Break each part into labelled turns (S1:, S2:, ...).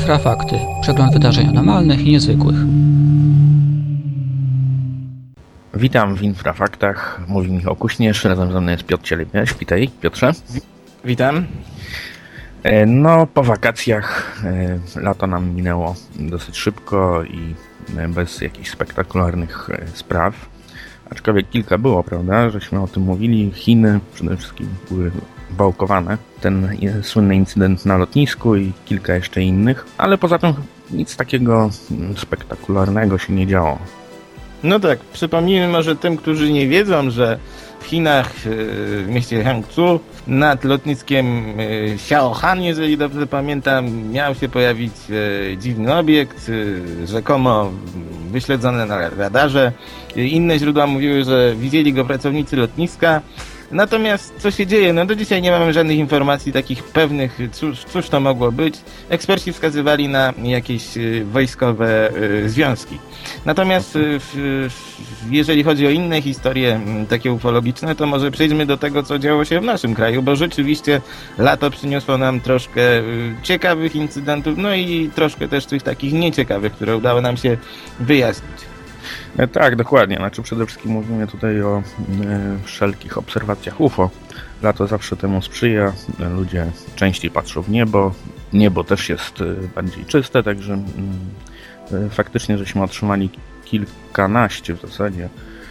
S1: Infrafakty. Przegląd wydarzeń anormalnych i niezwykłych.
S2: Witam w Infrafaktach. Mówi Michał Kuśnierz, razem ze mną jest Piotr Cielebiaś. Witaj, Piotrze.
S3: Witam.
S2: No, po wakacjach lato nam minęło dosyć szybko i bez jakichś spektakularnych spraw. Aczkolwiek kilka było, prawda, żeśmy o tym mówili. Chiny przede wszystkim były wałkowane. Ten słynny incydent na lotnisku i kilka jeszcze innych. Ale poza tym nic takiego spektakularnego się nie działo.
S3: No tak, przypomnijmy może tym, którzy nie wiedzą, że w Chinach, w mieście Hangzhou, nad lotniskiem Xiaohan, jeżeli dobrze pamiętam, miał się pojawić dziwny obiekt, rzekomo wyśledzony na radarze. Inne źródła mówiły, że widzieli go pracownicy lotniska. Natomiast co się dzieje? No do dzisiaj nie mamy żadnych informacji takich pewnych, cóż to mogło być. Eksperci wskazywali na jakieś wojskowe związki. Natomiast jeżeli chodzi o inne historie takie ufologiczne, to może przejdźmy do tego, co działo się w naszym kraju, bo rzeczywiście lato przyniosło nam troszkę ciekawych incydentów, no i troszkę też tych takich nieciekawych, które udało nam się wyjaśnić.
S2: Tak, dokładnie. Znaczy przede wszystkim mówimy tutaj o wszelkich obserwacjach UFO. Lato zawsze temu sprzyja. Ludzie częściej patrzą w niebo. Niebo też jest bardziej czyste, także faktycznie żeśmy otrzymali kilkanaście w zasadzie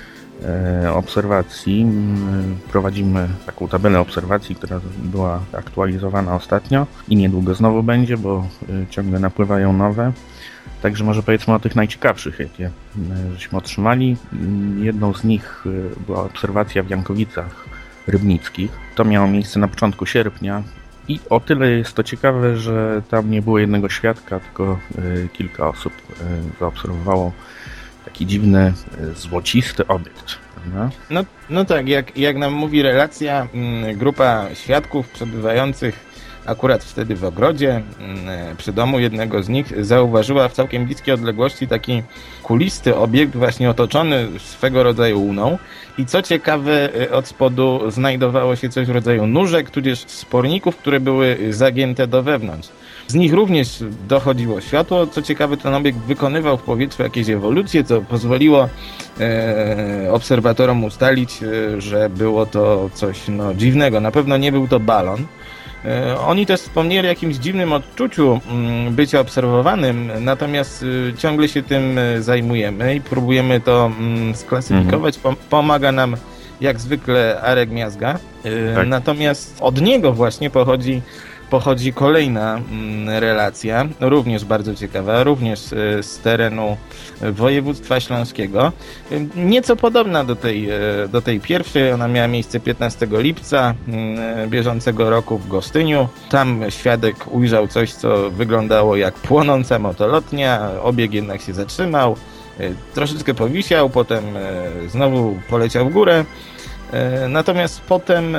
S2: obserwacji. Prowadzimy taką tabelę obserwacji, która była aktualizowana ostatnio i niedługo znowu będzie, bo ciągle napływają nowe. Także może powiedzmy o tych najciekawszych, jakie żeśmy otrzymali. Jedną z nich była obserwacja w Jankowicach Rybnickich. To miało miejsce na początku sierpnia i o tyle jest to ciekawe, że tam nie było jednego świadka, tylko kilka osób zaobserwowało taki dziwny, złocisty obiekt. Prawda?
S3: No tak, jak nam mówi relacja, grupa świadków przebywających akurat wtedy w ogrodzie, przy domu jednego z nich, zauważyła w całkiem bliskiej odległości taki kulisty obiekt, właśnie otoczony swego rodzaju łuną. I co ciekawe, od spodu znajdowało się coś w rodzaju nóżek, tudzież sporników, które były zagięte do wewnątrz. Z nich również dochodziło światło. Co ciekawe, ten obiekt wykonywał w powietrzu jakieś ewolucje, co pozwoliło obserwatorom ustalić, że było to coś dziwnego. Na pewno nie był to balon. Oni też wspomnieli o jakimś dziwnym odczuciu bycia obserwowanym, natomiast ciągle się tym zajmujemy i próbujemy to sklasyfikować. Pomaga nam jak zwykle Arek Miazga.
S2: Tak.
S3: Natomiast od niego właśnie pochodzi kolejna relacja, również bardzo ciekawa, również z terenu województwa śląskiego. Nieco podobna do tej pierwszej, ona miała miejsce 15 lipca bieżącego roku w Gostyniu. Tam świadek ujrzał coś, co wyglądało jak płonąca motolotnia, obieg jednak się zatrzymał, troszeczkę powisiał, potem znowu poleciał w górę, natomiast potem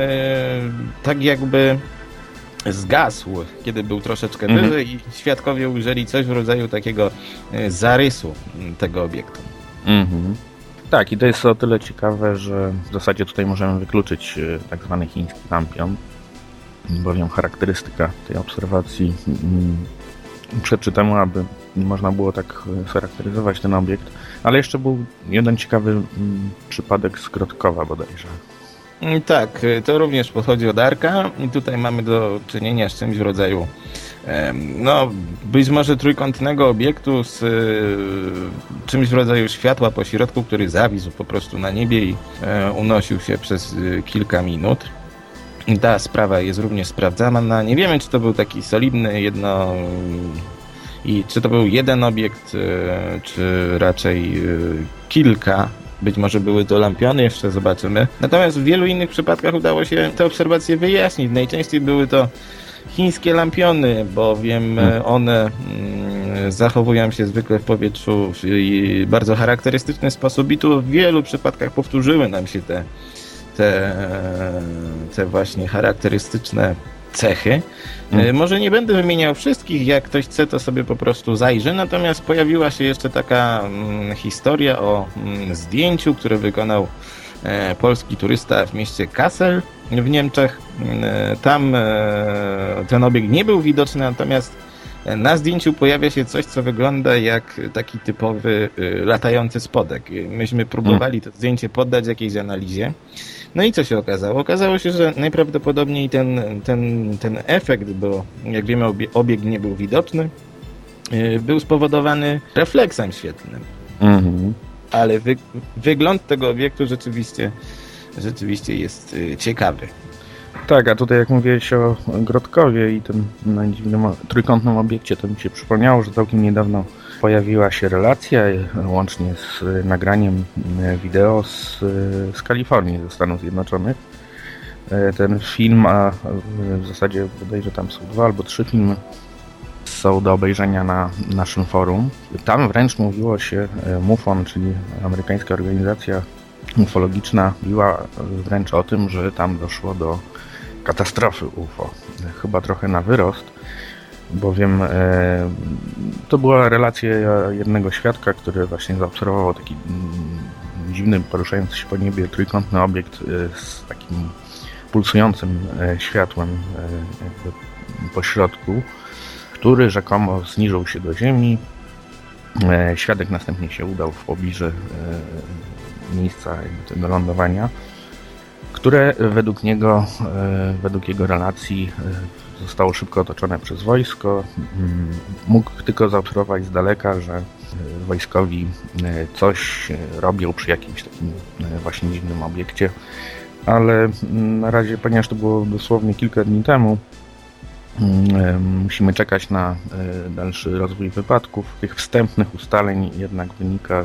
S3: tak jakby zgasł, kiedy był troszeczkę wyżej i świadkowie ujrzeli coś w rodzaju takiego zarysu tego obiektu.
S2: Tak, i to jest o tyle ciekawe, że w zasadzie tutaj możemy wykluczyć tak zwany chiński lampion, bowiem charakterystyka tej obserwacji przeczy temu, aby można było tak charakteryzować ten obiekt, ale jeszcze był jeden ciekawy przypadek z Grodkowa bodajże.
S3: Tak, to również pochodzi od Arka i tutaj mamy do czynienia z czymś w rodzaju być może trójkątnego obiektu z czymś w rodzaju światła pośrodku, który zawisł po prostu na niebie i unosił się przez kilka minut. Ta sprawa jest również sprawdzana. Nie wiemy, czy to był taki solidny czy to był jeden obiekt, czy raczej kilka. Być może były to lampiony, jeszcze zobaczymy. Natomiast w wielu innych przypadkach udało się te obserwacje wyjaśnić. Najczęściej były to chińskie lampiony, bowiem one zachowują się zwykle w powietrzu w bardzo charakterystyczny sposób i tu w wielu przypadkach powtórzyły nam się te właśnie charakterystyczne cechy. Może nie będę wymieniał wszystkich, jak ktoś chce, to sobie po prostu zajrzy, natomiast pojawiła się jeszcze taka historia o zdjęciu, które wykonał polski turysta w mieście Kassel w Niemczech. Tam ten obiekt nie był widoczny, natomiast Na zdjęciu pojawia się coś, co wygląda jak taki typowy latający spodek. Myśmy próbowali to zdjęcie poddać jakiejś analizie. No i co się okazało? Okazało się, że najprawdopodobniej ten efekt, bo jak wiemy obiekt nie był widoczny, był spowodowany refleksem świetlnym. Ale wygląd tego obiektu rzeczywiście jest ciekawy.
S2: Tak, a tutaj jak mówiłeś o Grodkowie i tym dziwnym trójkątnym obiekcie, to mi się przypomniało, że całkiem niedawno pojawiła się relacja łącznie z nagraniem wideo z Kalifornii, ze Stanów Zjednoczonych. Ten film, a w zasadzie bodajże tam są 2 albo 3 filmy, są do obejrzenia na naszym forum. Tam wręcz mówiło się, MUFON, czyli amerykańska organizacja ufologiczna, mówiła wręcz o tym, że tam doszło do katastrofy UFO. Chyba trochę na wyrost, bowiem to była relacja jednego świadka, który właśnie zaobserwował taki dziwny, poruszający się po niebie trójkątny obiekt z takim pulsującym światłem jakby po środku, który rzekomo zniżył się do ziemi. Świadek następnie się udał w pobliże miejsca tego lądowania, które według jego relacji zostało szybko otoczone przez wojsko. Mógł tylko zaobserwować z daleka, że wojskowi coś robią przy jakimś takim właśnie dziwnym obiekcie, ale na razie, ponieważ to było dosłownie kilka dni temu, musimy czekać na dalszy rozwój wypadków. Tych wstępnych ustaleń jednak wynika,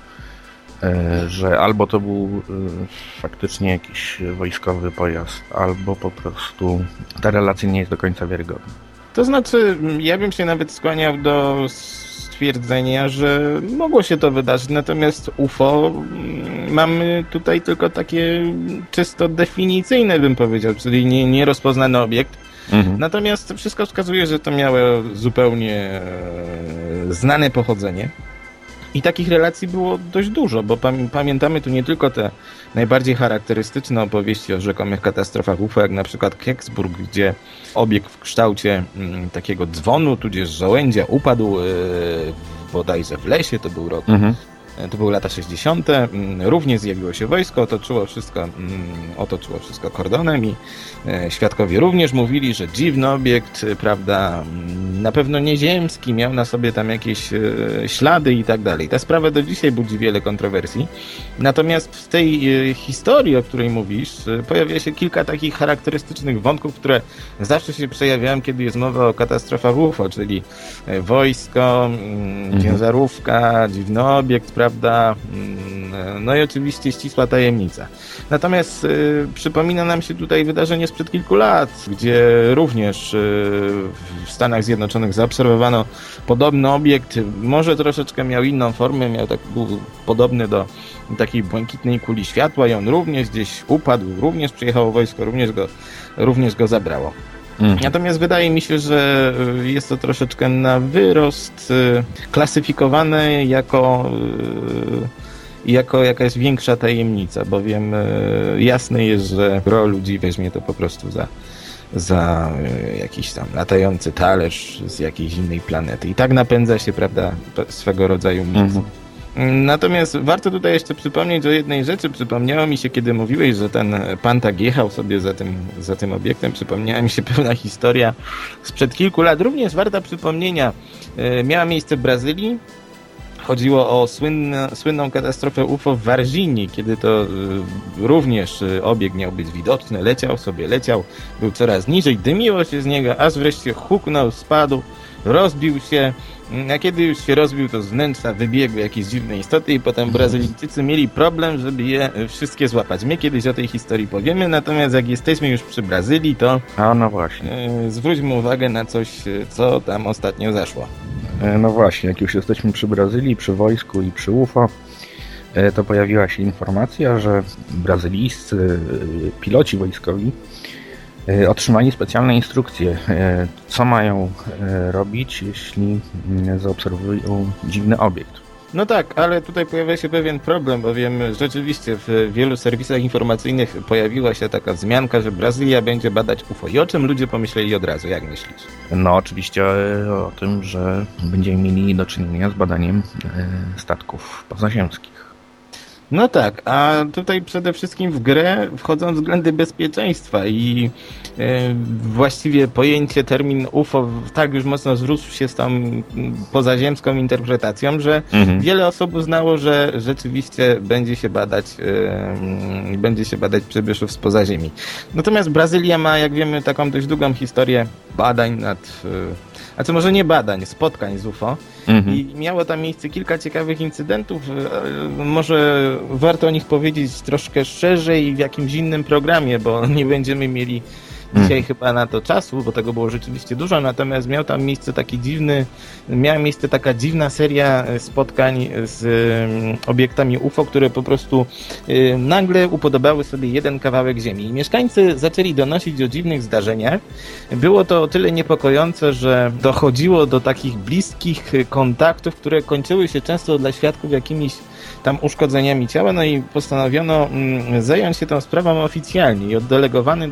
S2: że albo to był faktycznie jakiś wojskowy pojazd, albo po prostu ta relacja nie jest do końca wiarygodna.
S3: To znaczy, ja bym się nawet skłaniał do stwierdzenia, że mogło się to wydarzyć, natomiast UFO mamy tutaj tylko takie czysto definicyjne, bym powiedział, czyli nierozpoznany obiekt. Natomiast wszystko wskazuje, że to miało zupełnie znane pochodzenie. I takich relacji było dość dużo, bo pamiętamy tu nie tylko te najbardziej charakterystyczne opowieści o rzekomych katastrofach UFO, jak na przykład Kecksburg, gdzie obiekt w kształcie takiego dzwonu, tudzież żołędzia upadł bodajże w lesie, to był rok. To były lata 60. Również zjawiło się wojsko, otoczyło wszystko kordonem i świadkowie również mówili, że dziwny obiekt, prawda, na pewno nieziemski, miał na sobie tam jakieś ślady i tak dalej. Ta sprawa do dzisiaj budzi wiele kontrowersji. Natomiast w tej historii, o której mówisz, pojawia się kilka takich charakterystycznych wątków, które zawsze się przejawiają, kiedy jest mowa o katastrofach UFO, czyli wojsko, ciężarówka, dziwny obiekt, prawda, no i oczywiście ścisła tajemnica. Natomiast przypomina nam się tutaj wydarzenie sprzed kilku lat, gdzie również w Stanach Zjednoczonych zaobserwowano podobny obiekt, może troszeczkę miał inną formę, był podobny do takiej błękitnej kuli światła i on również gdzieś upadł, również przyjechało wojsko, również go zabrało. Natomiast wydaje mi się, że jest to troszeczkę na wyrost klasyfikowane jako jakaś większa tajemnica, bowiem jasne jest, że gro ludzi weźmie to po prostu za jakiś tam latający talerz z jakiejś innej planety. I tak napędza się, prawda, swego rodzaju mit. Natomiast warto tutaj jeszcze przypomnieć o jednej rzeczy. Przypomniało mi się, kiedy mówiłeś, że ten pan tak jechał sobie za tym obiektem, przypomniała mi się pewna historia sprzed kilku lat, również warta przypomnienia. Miała miejsce w Brazylii. Chodziło o słynną katastrofę UFO w Varginii, kiedy to również obiekt miał być widoczny, leciał, był coraz niżej, dymiło się z niego, aż wreszcie huknął, spadł, rozbił się, a kiedy już się rozbił, to z wnętrza wybiegły jakieś dziwne istoty i potem Brazylijczycy mieli problem, żeby je wszystkie złapać. My kiedyś o tej historii powiemy, natomiast jak jesteśmy już przy Brazylii, to
S2: no właśnie.
S3: Zwróćmy uwagę na coś, co tam ostatnio zaszło.
S2: No właśnie, jak już jesteśmy przy Brazylii, przy wojsku i przy UFO, to pojawiła się informacja, że brazylijscy piloci wojskowi otrzymali specjalne instrukcje, co mają robić, jeśli zaobserwują dziwny obiekt.
S3: No tak, ale tutaj pojawia się pewien problem, bowiem rzeczywiście w wielu serwisach informacyjnych pojawiła się taka wzmianka, że Brazylia będzie badać UFO. I o czym ludzie pomyśleli od razu, jak myślisz?
S2: No oczywiście o tym, że będziemy mieli do czynienia z badaniem statków pozaziemskich.
S3: No tak, a tutaj przede wszystkim w grę wchodzą względy bezpieczeństwa i właściwie pojęcie, termin UFO tak już mocno zrósł się z tą pozaziemską interpretacją, że wiele osób uznało, że rzeczywiście będzie się badać przybyszów z poza Ziemi. Natomiast Brazylia ma, jak wiemy, taką dość długą historię badań a co może nie badań, spotkań z UFO. I miało tam miejsce kilka ciekawych incydentów. Może warto o nich powiedzieć troszkę szerzej w jakimś innym programie, bo nie będziemy mieli dzisiaj chyba na to czasu, bo tego było rzeczywiście dużo, natomiast miała miejsce taka dziwna seria spotkań z obiektami UFO, które po prostu nagle upodobały sobie jeden kawałek ziemi. I mieszkańcy zaczęli donosić o dziwnych zdarzeniach. Było to o tyle niepokojące, że dochodziło do takich bliskich kontaktów, które kończyły się często dla świadków jakimiś tam uszkodzeniami ciała, no i postanowiono zająć się tą sprawą oficjalnie i oddelegowany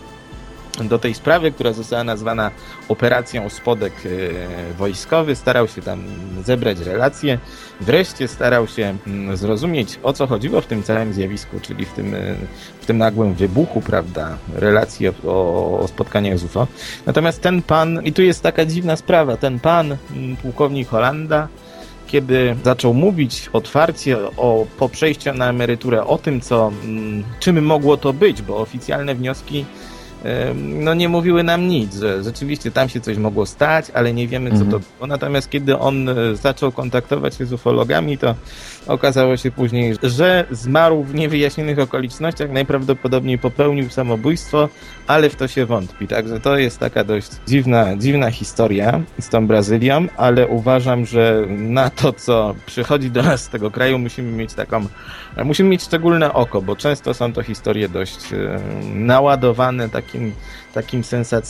S3: do tej sprawy, która została nazwana operacją Spodek Wojskowy, starał się tam zebrać relacje, wreszcie starał się zrozumieć, o co chodziło w tym całym zjawisku, czyli w tym nagłym wybuchu, prawda, relacji o spotkaniach z UFO. Natomiast ten pan, i tu jest taka dziwna sprawa, ten pan, pułkownik Holanda, kiedy zaczął mówić otwarcie po przejściu na emeryturę o tym, czym mogło to być, bo oficjalne wnioski nie mówiły nam nic, że rzeczywiście tam się coś mogło stać, ale nie wiemy, co to było. Natomiast kiedy on zaczął kontaktować się z ufologami, to okazało się później, że zmarł w niewyjaśnionych okolicznościach, najprawdopodobniej popełnił samobójstwo, ale w to się wątpi. Także to jest taka dość dziwna historia z tą Brazylią, ale uważam, że na to, co przychodzi do nas z tego kraju, musimy mieć szczególne oko, bo często są to historie dość naładowane takim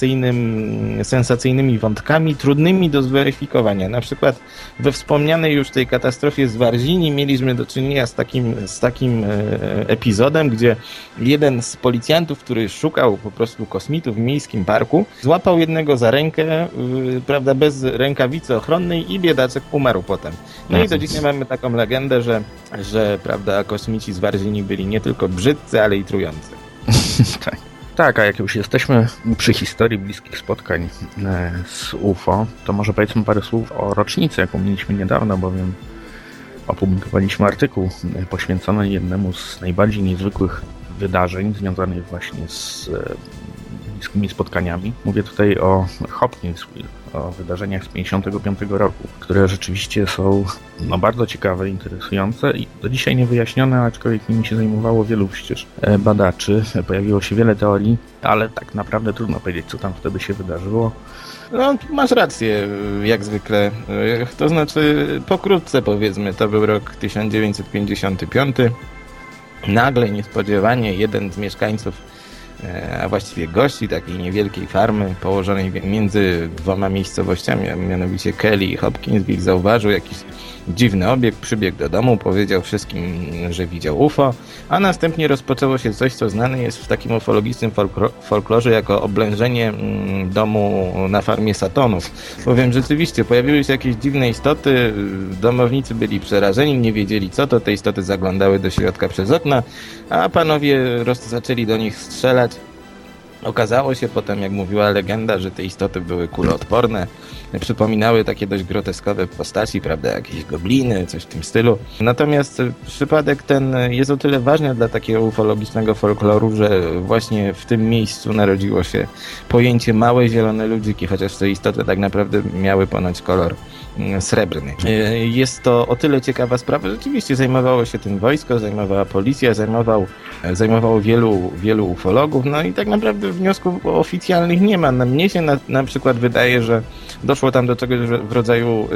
S3: sensacyjnymi wątkami, trudnymi do zweryfikowania. Na przykład we wspomnianej już tej katastrofie z Warzini mieliśmy do czynienia z takim epizodem, gdzie jeden z policjantów, który szukał po prostu kosmitów w miejskim parku, złapał jednego za rękę, prawda, bez rękawicy ochronnej i biedaczek umarł potem. No i do dzisiaj mamy taką legendę, że prawda, kosmici z Warzini byli nie tylko brzydcy, ale i trujący.
S2: Tak, a jak już jesteśmy przy historii bliskich spotkań z UFO, to może powiedzmy parę słów o rocznicy, jaką mieliśmy niedawno, bowiem opublikowaliśmy artykuł poświęcony jednemu z najbardziej niezwykłych wydarzeń związanych właśnie z bliskimi spotkaniami. Mówię tutaj o Hopkinsville, o wydarzeniach z 1955 roku, które rzeczywiście są bardzo ciekawe, interesujące i do dzisiaj niewyjaśnione, aczkolwiek nimi się zajmowało wielu przecież badaczy. Pojawiło się wiele teorii, ale tak naprawdę trudno powiedzieć, co tam wtedy się wydarzyło.
S3: No, masz rację, jak zwykle. To znaczy, pokrótce powiedzmy, to był rok 1955. Nagle, niespodziewanie, jeden z mieszkańców, a właściwie gości takiej niewielkiej farmy położonej między dwoma miejscowościami, a mianowicie Kelly i Hopkinsville, zauważył jakiś dziwny obiekt, przybiegł do domu, powiedział wszystkim, że widział UFO, a następnie rozpoczęło się coś, co znane jest w takim ufologicznym folklorze jako oblężenie domu na farmie Satonów. Bowiem rzeczywiście pojawiły się jakieś dziwne istoty, domownicy byli przerażeni, nie wiedzieli co to, te istoty zaglądały do środka przez okna, a panowie zaczęli do nich strzelać. Okazało się potem, jak mówiła legenda, że te istoty były kuloodporne, przypominały takie dość groteskowe postaci, prawda, jakieś gobliny, coś w tym stylu. Natomiast przypadek ten jest o tyle ważny dla takiego ufologicznego folkloru, że właśnie w tym miejscu narodziło się pojęcie małe zielone ludziki, chociaż te istoty tak naprawdę miały ponoć kolor srebrny. Jest to o tyle ciekawa sprawa, rzeczywiście zajmowało się tym wojsko, zajmowała policja, zajmowało wielu ufologów, no i tak naprawdę wniosków oficjalnych nie ma. Mnie się na przykład wydaje, że doszło tam do czegoś w rodzaju,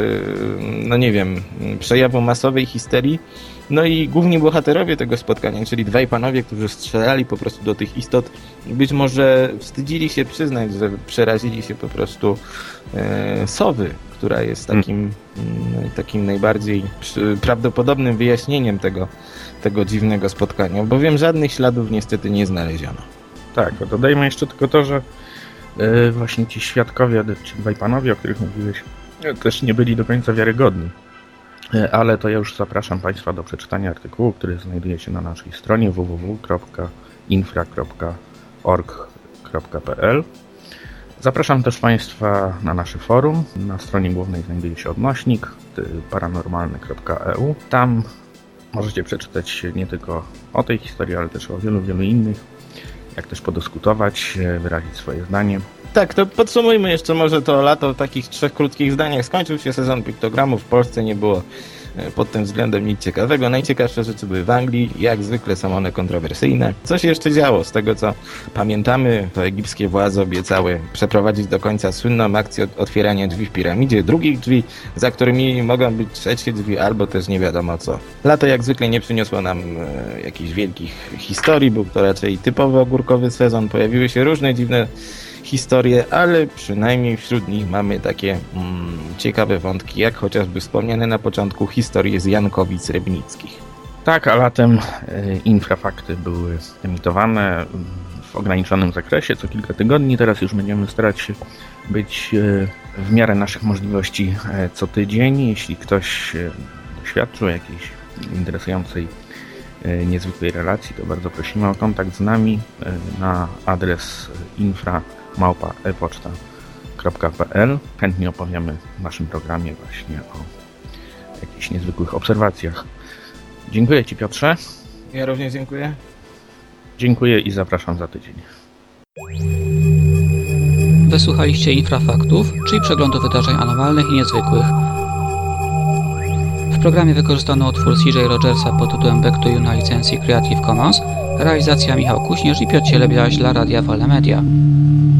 S3: przejawu masowej histerii. No i główni bohaterowie tego spotkania, czyli dwaj panowie, którzy strzelali po prostu do tych istot, być może wstydzili się przyznać, że przerazili się po prostu sowy, która jest takim najbardziej prawdopodobnym wyjaśnieniem tego dziwnego spotkania, bowiem żadnych śladów niestety nie znaleziono.
S2: Tak, dodajmy jeszcze tylko to, że właśnie ci świadkowie, ci dwaj panowie, o których mówiłeś, też nie byli do końca wiarygodni. Ale to ja już zapraszam Państwa do przeczytania artykułu, który znajduje się na naszej stronie www.infra.org.pl. Zapraszam też Państwa na nasze forum. Na stronie głównej znajduje się odnośnik paranormalny.eu. Tam możecie przeczytać nie tylko o tej historii, ale też o wielu, wielu innych. Jak też podyskutować, wyrazić swoje zdanie.
S3: Tak, to podsumujmy jeszcze może to lato w takich 3 krótkich zdaniach. Skończył się sezon piktogramów, w Polsce nie było pod tym względem nic ciekawego. Najciekawsze rzeczy były w Anglii, jak zwykle są one kontrowersyjne. Co się jeszcze działo? Z tego co pamiętamy, to egipskie władze obiecały przeprowadzić do końca słynną akcję otwierania drzwi w piramidzie, drugich drzwi, za którymi mogą być trzecie drzwi, albo też nie wiadomo co. Lato jak zwykle nie przyniosło nam jakichś wielkich historii, był to raczej typowy ogórkowy sezon, pojawiły się różne dziwne historie, ale przynajmniej wśród nich mamy takie ciekawe wątki, jak chociażby wspomniane na początku historie z Jankowic Rybnickich.
S2: Tak, a latem infrafakty były emitowane w ograniczonym zakresie, co kilka tygodni. Teraz już będziemy starać się być w miarę naszych możliwości co tydzień. Jeśli ktoś doświadczył jakiejś interesującej, niezwykłej relacji, to bardzo prosimy o kontakt z nami na adres infra@epoczta.pl. Chętnie opowiemy w naszym programie właśnie o jakichś niezwykłych obserwacjach. Dziękuję Ci, Piotrze.
S3: Ja również dziękuję.
S2: Dziękuję i zapraszam za tydzień.
S1: Wysłuchaliście Infrafaktów, czyli przeglądu wydarzeń anomalnych i niezwykłych. W programie wykorzystano utwór CJ Rogersa pod tytułem Back to You na licencji Creative Commons, realizacja Michał Kuśnierz i Piotr Cielebiaś dla Radia Wolne Media.